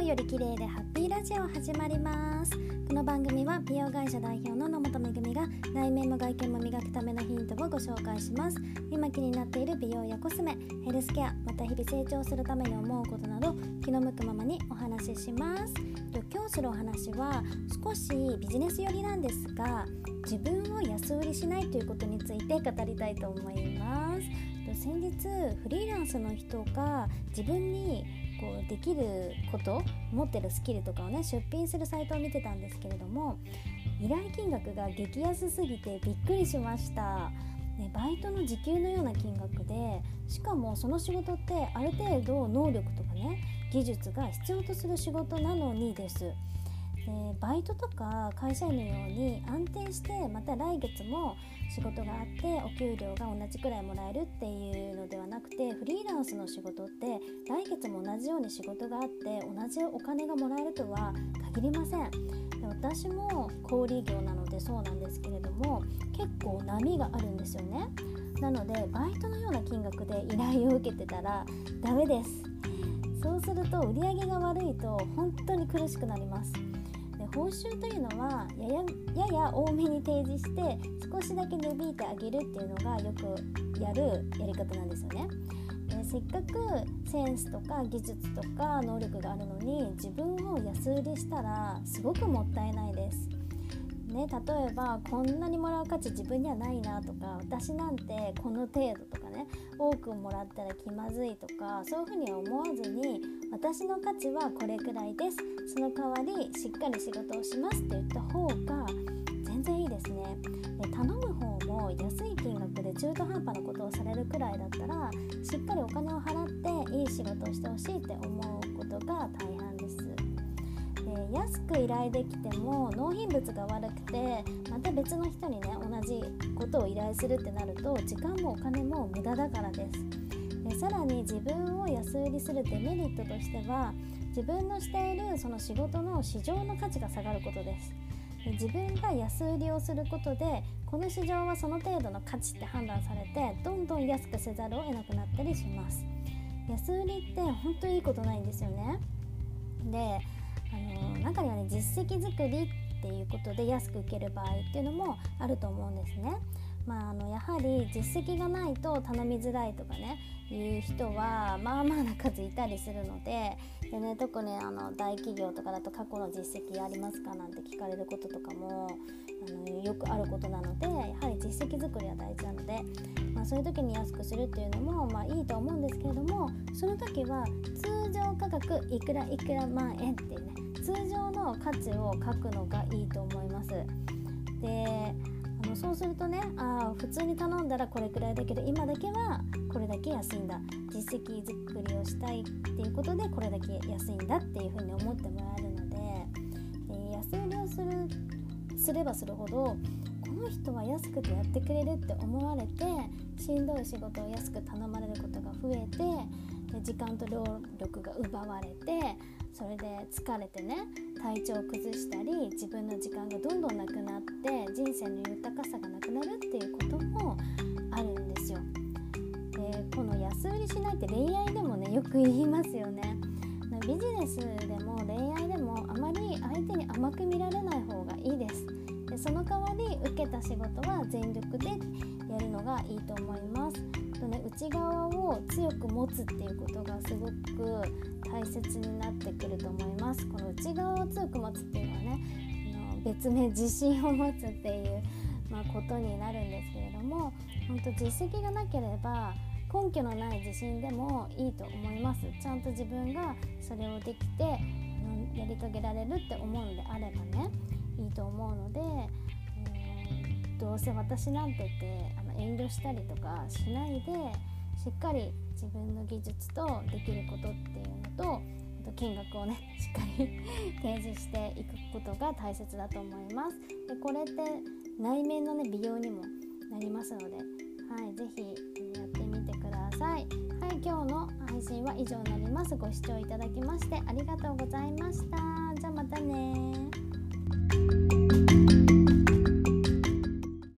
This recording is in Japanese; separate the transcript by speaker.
Speaker 1: より綺麗でハッピーラジオ始まります。この番組は美容会社代表の野本めぐみが内面も外見も磨くためのヒントをご紹介します。今気になっている美容やコスメ、ヘルスケア、また日々成長するために思うことなど気の向くままにお話しします。今日するお話は少しビジネス寄りなんですが、自分を安売りしないということについて語りたいと思います。先日フリーランスの人が自分にできること持ってるスキルとかをね出品するサイトを見てたんですけれども、依頼金額が激安すぎてびっくりしました。バイトの時給のような金額で、しかもその仕事ってある程度能力とかね技術が必要とする仕事なのにです。バイトとか会社員のように安定してまた来月も仕事があってお給料が同じくらいもらえるっていうのではなくて、フリーランスの仕事って来月も同じように仕事があって同じお金がもらえるとは限りません。私も小売業なのでそうなんですけれども、結構波があるんですよね。なのでバイトのような金額で依頼を受けてたらダメです。そうすると売り上げが悪いと本当に苦しくなります。報酬というのはやや多めに提示して少しだけ値引いてあげるっていうのがよくやるやり方なんですよね。せっかくセンスとか技術とか能力があるのに自分を安売りしたらすごくもったいないですね。例えばこんなにもらう価値自分にはないなとか、私なんてこの程度とかね、多くもらったら気まずいとか、そういうふうには思わずに、私の価値はこれくらいです、その代わりしっかり仕事をしますって言った方が全然いいですね。頼む方も安い金額で中途半端なことをされるくらいだったら、しっかりお金を払っていい仕事をしてほしいって思うことが大半です。安く依頼できても納品物が悪くてまた別の人にね同じことを依頼するってなると時間もお金も無駄だからです。さらに自分を安売りするデメリットとしては、自分のしているその仕事の市場の価値が下がることです。自分が安売りをすることでこの市場はその程度の価値って判断されてどんどん安くせざるを得なくなったりします。安売りって本当にいいことないんですよね。で中にはね実績作りっていうことで安く受ける場合っていうのもあると思うんですね。やはり実績がないと頼みづらいとかねいう人はまあまあな数いたりするので、特に大企業とかだと過去の実績ありますかなんて聞かれることとかもよくあることなので、やはり実績作りは大事なので、そういう時に安くするっていうのもいいと思うんですけれども、その時は通常価格いくらいくら万円っていうね通常の価値を書くのがいいと思います。でそうするとね、普通に頼んだらこれくらいだけど今だけはこれだけ安いんだ、実績作りをしたいっていうことでこれだけ安いんだっていうふうに思ってもらえるので、安売りをすればするほどこの人は安くてやってくれるって思われて、しんどい仕事を安く頼まれることが増えて、時間と労力が奪われて、それで疲れてね体調を崩したり自分の時間がどんどんなくなって人生の豊かさがなくなるっていうこともあるんですよ。でこの安売りしないって恋愛でもねよく言いますよね。ビジネスでも恋愛でもあまり相手に甘く見られない方がいいです。でその代わり受けた仕事は全力でやるのがいいと思います。内側を強く持つっていうことがすごく大切になってくると思います。この内側を強く持つっていうのはね別名自信を持つっていう、ことになるんですけれども、本当実績がなければ根拠のない自信でもいいと思います。ちゃんと自分がそれをできてやり遂げられるって思うのであればねいいと思うので、どうせ私なんてって遠慮したりとかしないで、しっかり自分の技術とできることっていうのと金額をねしっかり提示していくことが大切だと思います。でこれって内面のね美容にもなりますので、ぜひやってみてください。今日の配信は以上になります。ご視聴いただきましてありがとうございました。じゃあまたね。